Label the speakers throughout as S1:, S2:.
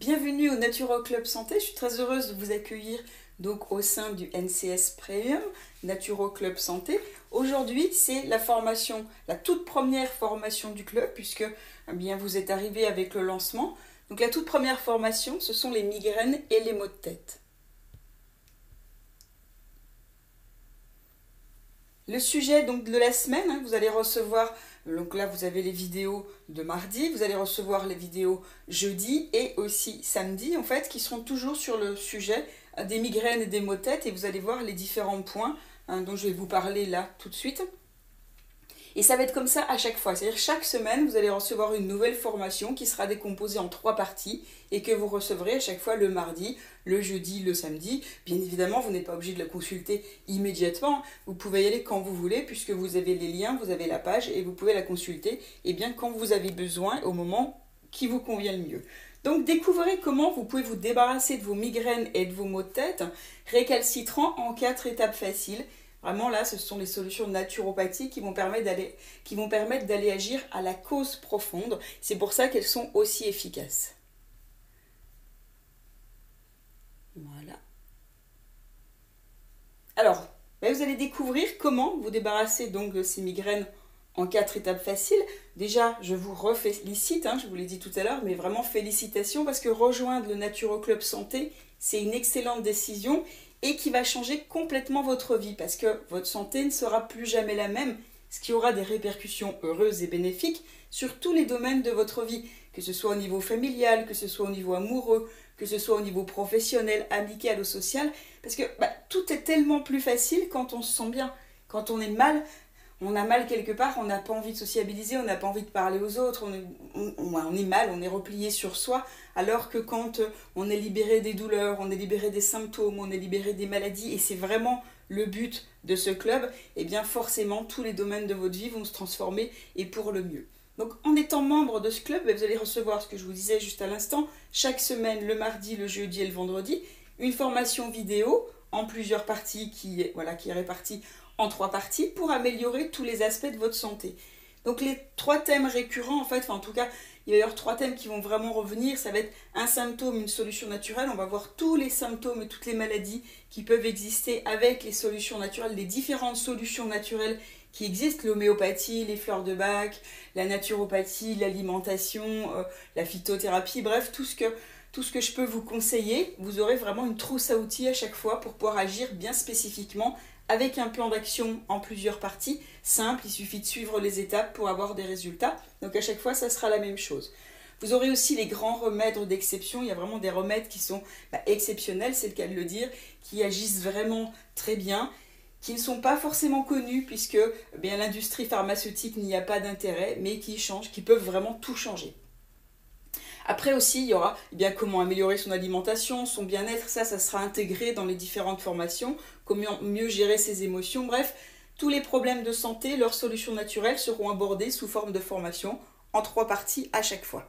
S1: Bienvenue au Naturo Club Santé, je suis très heureuse de vous accueillir donc au sein du NCS Premium, Naturo Club Santé. Aujourd'hui, c'est la formation, la toute première formation du club puisque bien, vous êtes arrivé avec le lancement. Donc la toute première formation, ce sont les migraines et les maux de tête. Le sujet donc de la semaine, vous allez recevoir, donc là vous avez les vidéos de mardi, vous allez recevoir les vidéos jeudi et aussi samedi en fait, qui seront toujours sur le sujet des migraines et des maux de tête et vous allez voir les différents points dont je vais vous parler là tout de suite. Et ça va être comme ça à chaque fois, c'est-à-dire chaque semaine vous allez recevoir une nouvelle formation qui sera décomposée en 3 parties et que vous recevrez à chaque fois le mardi, le jeudi, le samedi. Bien évidemment, vous n'êtes pas obligé de la consulter immédiatement, vous pouvez y aller quand vous voulez puisque vous avez les liens, vous avez la page et vous pouvez la consulter et bien quand vous avez besoin au moment qui vous convient le mieux. Donc découvrez comment vous pouvez vous débarrasser de vos migraines et de vos maux de tête récalcitrants en 4 étapes faciles. Vraiment là, ce sont les solutions naturopathiques qui vont permettre d'aller agir à la cause profonde. C'est pour ça qu'elles sont aussi efficaces. Voilà. Alors, vous allez découvrir comment vous débarrasser donc de ces migraines en 4 étapes faciles. Déjà, je vous refélicite, je vous l'ai dit tout à l'heure, mais vraiment félicitations parce que rejoindre le Naturo Club Santé, c'est une excellente décision et qui va changer complètement votre vie parce que votre santé ne sera plus jamais la même, ce qui aura des répercussions heureuses et bénéfiques sur tous les domaines de votre vie, que ce soit au niveau familial, que ce soit au niveau amoureux, que ce soit au niveau professionnel, amical ou social, parce que tout est tellement plus facile quand on se sent bien. Quand on est mal, on a mal quelque part, on n'a pas envie de sociabiliser, on n'a pas envie de parler aux autres, on est mal, on est replié sur soi, alors que quand on est libéré des douleurs, on est libéré des symptômes, on est libéré des maladies, et c'est vraiment le but de ce club, et bien forcément tous les domaines de votre vie vont se transformer et pour le mieux. Donc en étant membre de ce club, vous allez recevoir ce que je vous disais juste à l'instant, chaque semaine, le mardi, le jeudi et le vendredi, une formation vidéo en plusieurs parties qui est répartie en 3 parties pour améliorer tous les aspects de votre santé. Donc les 3 thèmes récurrents, en tout cas, il va y avoir 3 thèmes qui vont vraiment revenir. Ça va être un symptôme, une solution naturelle. On va voir tous les symptômes et toutes les maladies qui peuvent exister avec les solutions naturelles, les différentes solutions naturelles qui existent, l'homéopathie, les fleurs de Bach, la naturopathie, l'alimentation, la phytothérapie, bref, tout ce que je peux vous conseiller. Vous aurez vraiment une trousse à outils à chaque fois pour pouvoir agir bien spécifiquement avec un plan d'action en plusieurs parties, simple, il suffit de suivre les étapes pour avoir des résultats. Donc à chaque fois, ça sera la même chose. Vous aurez aussi les grands remèdes d'exception, il y a vraiment des remèdes qui sont exceptionnels, c'est le cas de le dire, qui agissent vraiment très bien, qui ne sont pas forcément connus puisque l'industrie pharmaceutique n'y a pas d'intérêt, mais qui changent, qui peuvent vraiment tout changer. Après aussi, il y aura comment améliorer son alimentation, son bien-être, ça sera intégré dans les différentes formations, comment mieux gérer ses émotions, bref, tous les problèmes de santé, leurs solutions naturelles seront abordés sous forme de formation en 3 parties à chaque fois.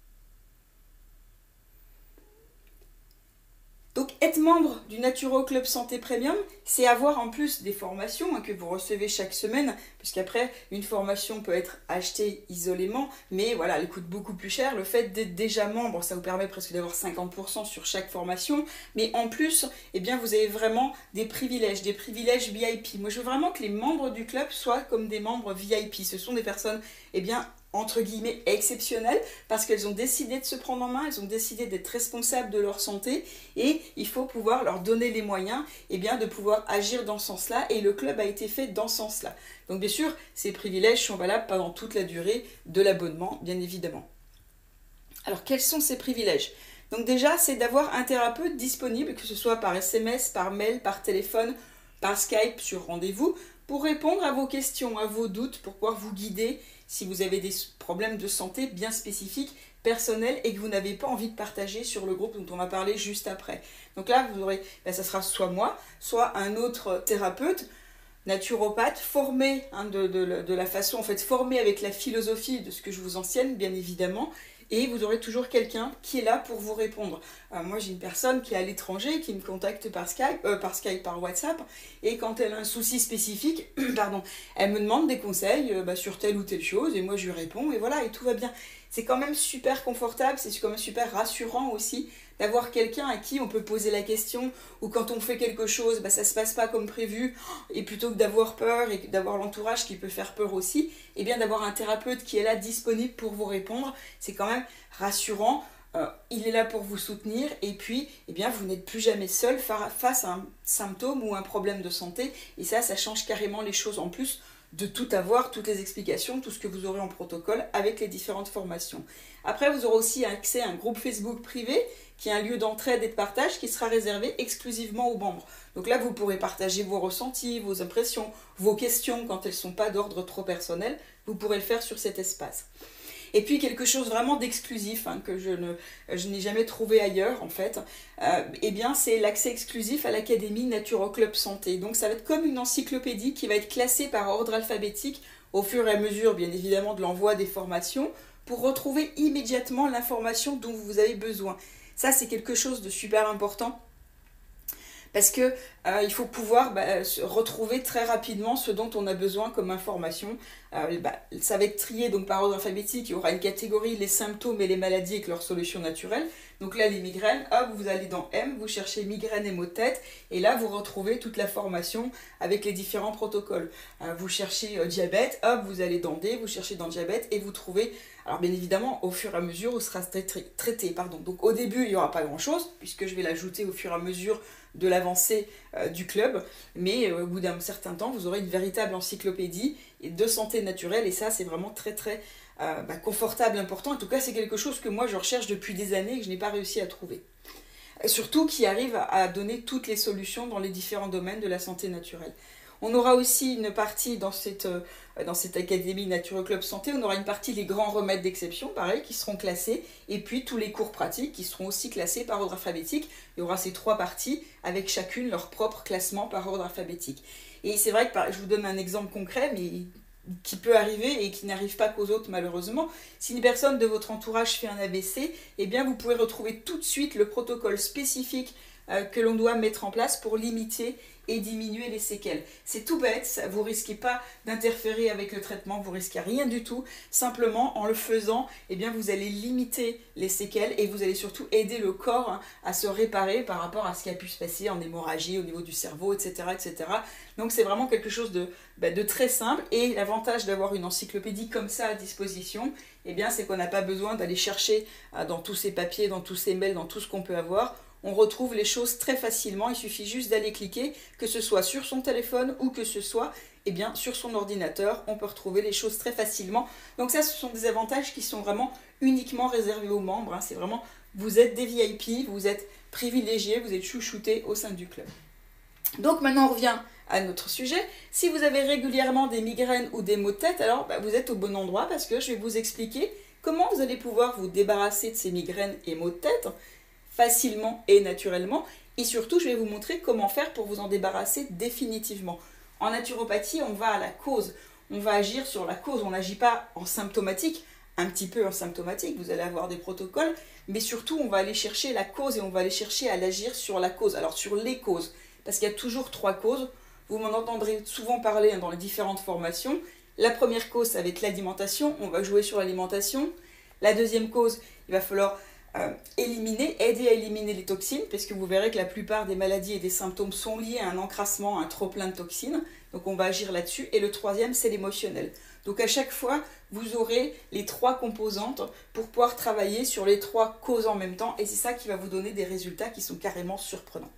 S1: Donc être membre du Naturo Club Santé Premium, c'est avoir en plus des formations que vous recevez chaque semaine, puisqu'après une formation peut être achetée isolément, mais voilà, elle coûte beaucoup plus cher. Le fait d'être déjà membre, ça vous permet presque d'avoir 50% sur chaque formation, mais en plus, vous avez vraiment des privilèges VIP. Moi je veux vraiment que les membres du club soient comme des membres VIP. Ce sont des personnes, entre guillemets, exceptionnelles, parce qu'elles ont décidé de se prendre en main, elles ont décidé d'être responsables de leur santé, et il faut pouvoir leur donner les moyens de pouvoir agir dans ce sens-là, et le club a été fait dans ce sens-là. Donc bien sûr, ces privilèges sont valables pendant toute la durée de l'abonnement, bien évidemment. Alors quels sont ces privilèges ? Donc déjà, c'est d'avoir un thérapeute disponible, que ce soit par SMS, par mail, par téléphone, par Skype, sur rendez-vous, pour répondre à vos questions, à vos doutes, pour pouvoir vous guider si vous avez des problèmes de santé bien spécifiques, personnels, et que vous n'avez pas envie de partager sur le groupe dont on va parler juste après. Donc là, vous aurez, ça sera soit moi, soit un autre thérapeute, naturopathe, formé de la façon, formé avec la philosophie de ce que je vous enseigne, bien évidemment, et vous aurez toujours quelqu'un qui est là pour vous répondre. Moi, j'ai une personne qui est à l'étranger, qui me contacte par WhatsApp, et quand elle a un souci spécifique, elle me demande des conseils sur telle ou telle chose, et moi je lui réponds, et voilà, et tout va bien. c'est quand même super confortable, c'est quand même super rassurant aussi d'avoir quelqu'un à qui on peut poser la question, ou quand on fait quelque chose, ça se passe pas comme prévu, et plutôt que d'avoir peur et d'avoir l'entourage qui peut faire peur aussi, et bien d'avoir un thérapeute qui est là disponible pour vous répondre, c'est quand même rassurant. Il est là pour vous soutenir, et puis vous n'êtes plus jamais seul face à un symptôme ou un problème de santé, et ça change carrément les choses, en plus de tout avoir, toutes les explications, tout ce que vous aurez en protocole avec les différentes formations. Après, vous aurez aussi accès à un groupe Facebook privé qui est un lieu d'entraide et de partage qui sera réservé exclusivement aux membres. Donc là, vous pourrez partager vos ressentis, vos impressions, vos questions quand elles ne sont pas d'ordre trop personnel. Vous pourrez le faire sur cet espace. Et puis quelque chose vraiment d'exclusif que je n'ai jamais trouvé ailleurs en fait, c'est l'accès exclusif à l'Académie Naturo Club Santé. Donc ça va être comme une encyclopédie qui va être classée par ordre alphabétique au fur et à mesure bien évidemment de l'envoi des formations pour retrouver immédiatement l'information dont vous avez besoin. Ça c'est quelque chose de super important. Parce que il faut pouvoir retrouver très rapidement ce dont on a besoin comme information. Ça va être trié donc par ordre alphabétique. Il y aura une catégorie, les symptômes et les maladies avec leurs solutions naturelles. Donc là, les migraines, hop, vous allez dans M, vous cherchez migraine et maux de tête. Et là, vous retrouvez toute la formation avec les différents protocoles. Vous cherchez diabète, hop, vous allez dans D, vous cherchez dans diabète et vous trouvez... Alors bien évidemment, au fur et à mesure, où sera traité. Donc au début, il n'y aura pas grand-chose, puisque je vais l'ajouter au fur et à mesure de l'avancée du club. Mais au bout d'un certain temps, vous aurez une véritable encyclopédie de santé naturelle. Et ça, c'est vraiment très très confortable, important. En tout cas, c'est quelque chose que moi, je recherche depuis des années et que je n'ai pas réussi à trouver. Surtout qui arrive à donner toutes les solutions dans les différents domaines de la santé naturelle. On aura aussi une partie dans cette Académie Naturo Club Santé, on aura une partie les grands remèdes d'exception, pareil, qui seront classés, et puis tous les cours pratiques qui seront aussi classés par ordre alphabétique. Il y aura ces 3 parties avec chacune leur propre classement par ordre alphabétique. Et c'est vrai que je vous donne un exemple concret, mais qui peut arriver et qui n'arrive pas qu'aux autres malheureusement. Si une personne de votre entourage fait un AVC, vous pouvez retrouver tout de suite le protocole spécifique que l'on doit mettre en place pour limiter et diminuer les séquelles. C'est tout bête, vous ne risquez pas d'interférer avec le traitement, vous ne risquez rien du tout. Simplement, en le faisant, vous allez limiter les séquelles et vous allez surtout aider le corps à se réparer par rapport à ce qui a pu se passer en hémorragie au niveau du cerveau, etc. etc. Donc c'est vraiment quelque chose de très simple, et l'avantage d'avoir une encyclopédie comme ça à disposition, c'est qu'on n'a pas besoin d'aller chercher dans tous ces papiers, dans tous ces mails, dans tout ce qu'on peut avoir. On retrouve les choses très facilement, il suffit juste d'aller cliquer, que ce soit sur son téléphone ou que ce soit sur son ordinateur, on peut retrouver les choses très facilement. Donc ça, ce sont des avantages qui sont vraiment uniquement réservés aux membres. C'est vraiment, vous êtes des VIP, vous êtes privilégiés, vous êtes chouchoutés au sein du club. Donc maintenant on revient à notre sujet. Si vous avez régulièrement des migraines ou des maux de tête, alors vous êtes au bon endroit, parce que je vais vous expliquer comment vous allez pouvoir vous débarrasser de ces migraines et maux de tête facilement et naturellement, et surtout je vais vous montrer comment faire pour vous en débarrasser définitivement. En naturopathie, on va à la cause, on va agir sur la cause, on n'agit pas en symptomatique, un petit peu en symptomatique, vous allez avoir des protocoles, mais surtout on va aller chercher la cause et on va aller chercher à l'agir sur la cause, alors sur les causes, parce qu'il y a toujours 3 causes, vous m'en entendrez souvent parler dans les différentes formations. La première cause, ça va être l'alimentation, on va jouer sur l'alimentation. La deuxième cause, il va falloir aider à éliminer les toxines, parce que vous verrez que la plupart des maladies et des symptômes sont liés à un encrassement, à un trop-plein de toxines. Donc on va agir là-dessus. Et le troisième, c'est l'émotionnel. Donc à chaque fois, vous aurez les 3 composantes pour pouvoir travailler sur les 3 causes en même temps. Et c'est ça qui va vous donner des résultats qui sont carrément surprenants.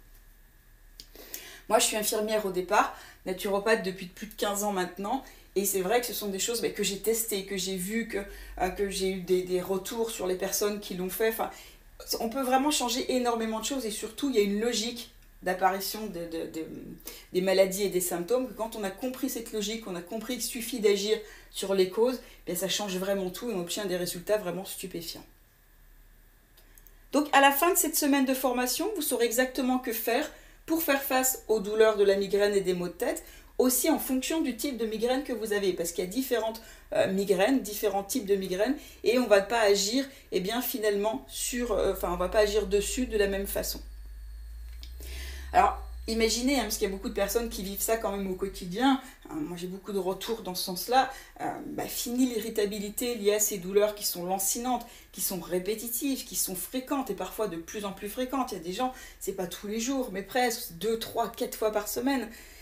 S1: Moi, je suis infirmière au départ, naturopathe depuis plus de 15 ans maintenant. Et c'est vrai que ce sont des choses que j'ai testées, que j'ai vues, que j'ai eu des retours sur les personnes qui l'ont fait. Enfin, on peut vraiment changer énormément de choses, et surtout, il y a une logique d'apparition des maladies et des symptômes. Que quand on a compris cette logique, on a compris qu'il suffit d'agir sur les causes, ça change vraiment tout et on obtient des résultats vraiment stupéfiants. Donc à la fin de cette semaine de formation, vous saurez exactement que faire pour faire face aux douleurs de la migraine et des maux de tête, aussi en fonction du type de migraine que vous avez, parce qu'il y a différentes migraines, différents types de migraines, et on ne va pas agir finalement on va pas agir dessus de la même façon. Alors, Imaginez, hein, parce qu'il y a beaucoup de personnes qui vivent ça quand même au quotidien, hein, moi j'ai beaucoup de retours dans ce sens-là, fini l'irritabilité liée à ces douleurs qui sont lancinantes, qui sont répétitives, qui sont fréquentes et parfois de plus en plus fréquentes. Il y a des gens, c'est pas tous les jours, mais presque 2, 3, 4 fois par semaine.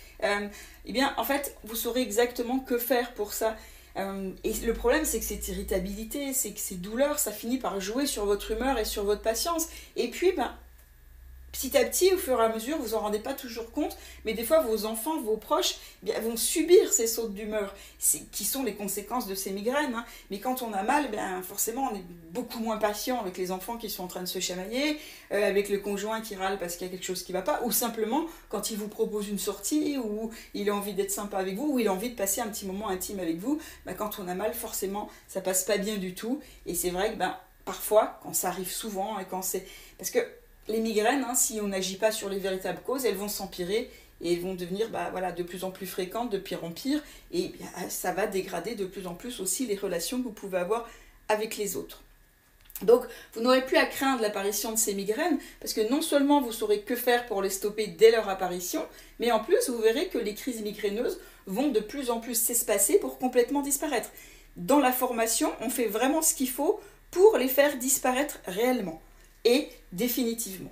S1: Eh bien, en fait, vous saurez exactement que faire pour ça. Et le problème, c'est que cette irritabilité, c'est que ces douleurs, ça finit par jouer sur votre humeur et sur votre patience. Et puis, petit à petit, au fur et à mesure, vous en rendez pas toujours compte, mais des fois, vos enfants, vos proches, vont subir ces sautes d'humeur, qui sont les conséquences de ces migraines. Hein. Mais quand on a mal, forcément, on est beaucoup moins patient avec les enfants qui sont en train de se chamailler, avec le conjoint qui râle parce qu'il y a quelque chose qui va pas, ou simplement quand il vous propose une sortie, ou il a envie d'être sympa avec vous, ou il a envie de passer un petit moment intime avec vous. Quand on a mal, forcément, ça passe pas bien du tout. Et c'est vrai que parfois, quand ça arrive souvent, et quand c'est... Parce que les migraines, hein, si on n'agit pas sur les véritables causes, elles vont s'empirer et vont devenir de plus en plus fréquentes, de pire en pire, et ça va dégrader de plus en plus aussi les relations que vous pouvez avoir avec les autres. Donc, vous n'aurez plus à craindre l'apparition de ces migraines, parce que non seulement vous saurez que faire pour les stopper dès leur apparition, mais en plus, vous verrez que les crises migraineuses vont de plus en plus s'espacer pour complètement disparaître. Dans la formation, on fait vraiment ce qu'il faut pour les faire disparaître réellement. Et définitivement.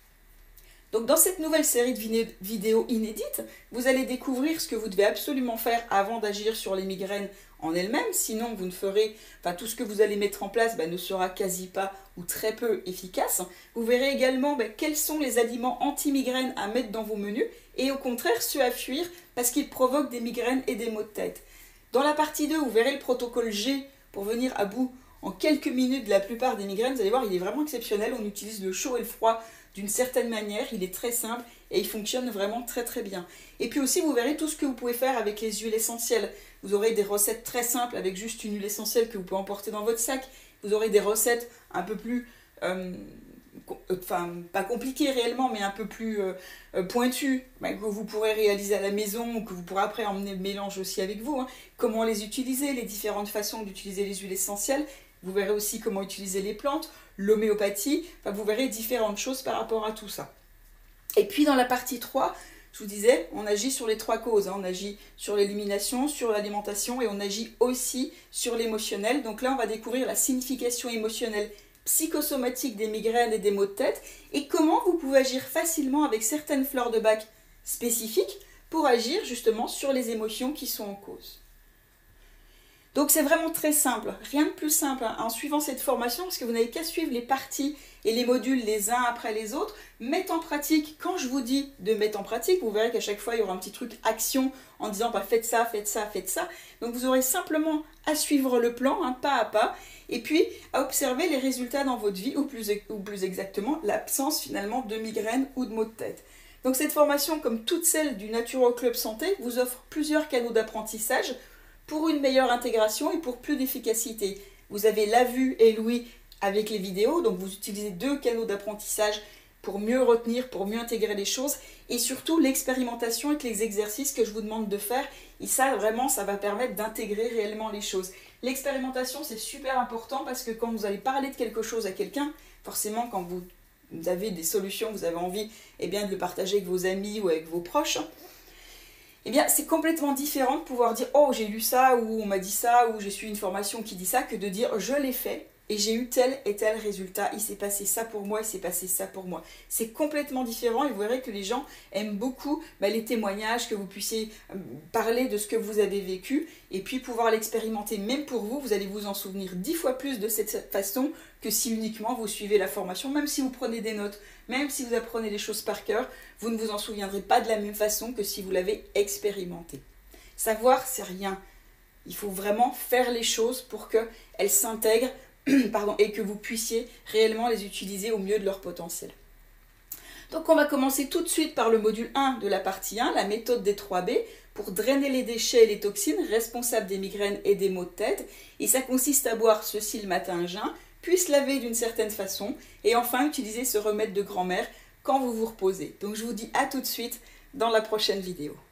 S1: Donc dans cette nouvelle série de vidéos inédites, vous allez découvrir ce que vous devez absolument faire avant d'agir sur les migraines en elles-mêmes, sinon vous ne ferez, tout ce que vous allez mettre en place ne sera quasi pas ou très peu efficace. Vous verrez également quels sont les aliments anti-migraines à mettre dans vos menus et au contraire ceux à fuir parce qu'ils provoquent des migraines et des maux de tête. Dans la partie 2, vous verrez le protocole G pour venir à bout en quelques minutes de la plupart des migraines. Vous allez voir, il est vraiment exceptionnel. On utilise le chaud et le froid d'une certaine manière. Il est très simple et il fonctionne vraiment très très bien. Et puis aussi, vous verrez tout ce que vous pouvez faire avec les huiles essentielles. Vous aurez des recettes très simples avec juste une huile essentielle que vous pouvez emporter dans votre sac. Vous aurez des recettes un peu plus... pas compliquées réellement, mais un peu plus pointues, que vous pourrez réaliser à la maison ou que vous pourrez après emmener le mélange aussi avec vous. Hein. Comment les utiliser, les différentes façons d'utiliser les huiles essentielles. Vous verrez aussi comment utiliser les plantes, l'homéopathie, vous verrez différentes choses par rapport à tout ça. Et puis dans la partie 3, je vous disais, on agit sur les 3 causes. Hein. On agit sur l'élimination, sur l'alimentation et on agit aussi sur l'émotionnel. Donc là, on va découvrir la signification émotionnelle psychosomatique des migraines et des maux de tête et comment vous pouvez agir facilement avec certaines fleurs de Bach spécifiques pour agir justement sur les émotions qui sont en cause. Donc c'est vraiment très simple, rien de plus simple en suivant cette formation parce que vous n'avez qu'à suivre les parties et les modules les uns après les autres, mettre en pratique, quand je vous dis de mettre en pratique, vous verrez qu'à chaque fois il y aura un petit truc action en disant faites ça, faites ça, faites ça. Donc vous aurez simplement à suivre le plan, pas à pas, et puis à observer les résultats dans votre vie, ou plus exactement l'absence finalement de migraines ou de maux de tête. Donc cette formation, comme toutes celles du Naturo Club Santé, vous offre plusieurs canaux d'apprentissage pour une meilleure intégration et pour plus d'efficacité. Vous avez la vue et l'ouïe avec les vidéos, donc vous utilisez 2 canaux d'apprentissage pour mieux retenir, pour mieux intégrer les choses, et surtout l'expérimentation avec les exercices que je vous demande de faire, et ça vraiment ça va permettre d'intégrer réellement les choses. L'expérimentation c'est super important parce que quand vous allez parler de quelque chose à quelqu'un, forcément quand vous avez des solutions, vous avez envie de le partager avec vos amis ou avec vos proches, c'est complètement différent de pouvoir dire « Oh, j'ai lu ça » ou « On m'a dit ça » ou « J'ai suivi une formation qui dit ça » que de dire « Je l'ai fait et j'ai eu tel et tel résultat, il s'est passé ça pour moi, il s'est passé ça pour moi. » C'est complètement différent et vous verrez que les gens aiment beaucoup les témoignages, que vous puissiez parler de ce que vous avez vécu et puis pouvoir l'expérimenter même pour vous. Vous allez vous en souvenir 10 fois plus de cette façon que si uniquement vous suivez la formation, même si vous prenez des notes, même si vous apprenez les choses par cœur, vous ne vous en souviendrez pas de la même façon que si vous l'avez expérimenté. Savoir, c'est rien. Il faut vraiment faire les choses pour qu'elles s'intègrent et que vous puissiez réellement les utiliser au mieux de leur potentiel. Donc on va commencer tout de suite par le module 1 de la partie 1, la méthode des 3B, pour drainer les déchets et les toxines responsables des migraines et des maux de tête. Et ça consiste à boire ceci le matin à jeun, puis se laver d'une certaine façon, et enfin utiliser ce remède de grand-mère quand vous vous reposez. Donc je vous dis à tout de suite dans la prochaine vidéo.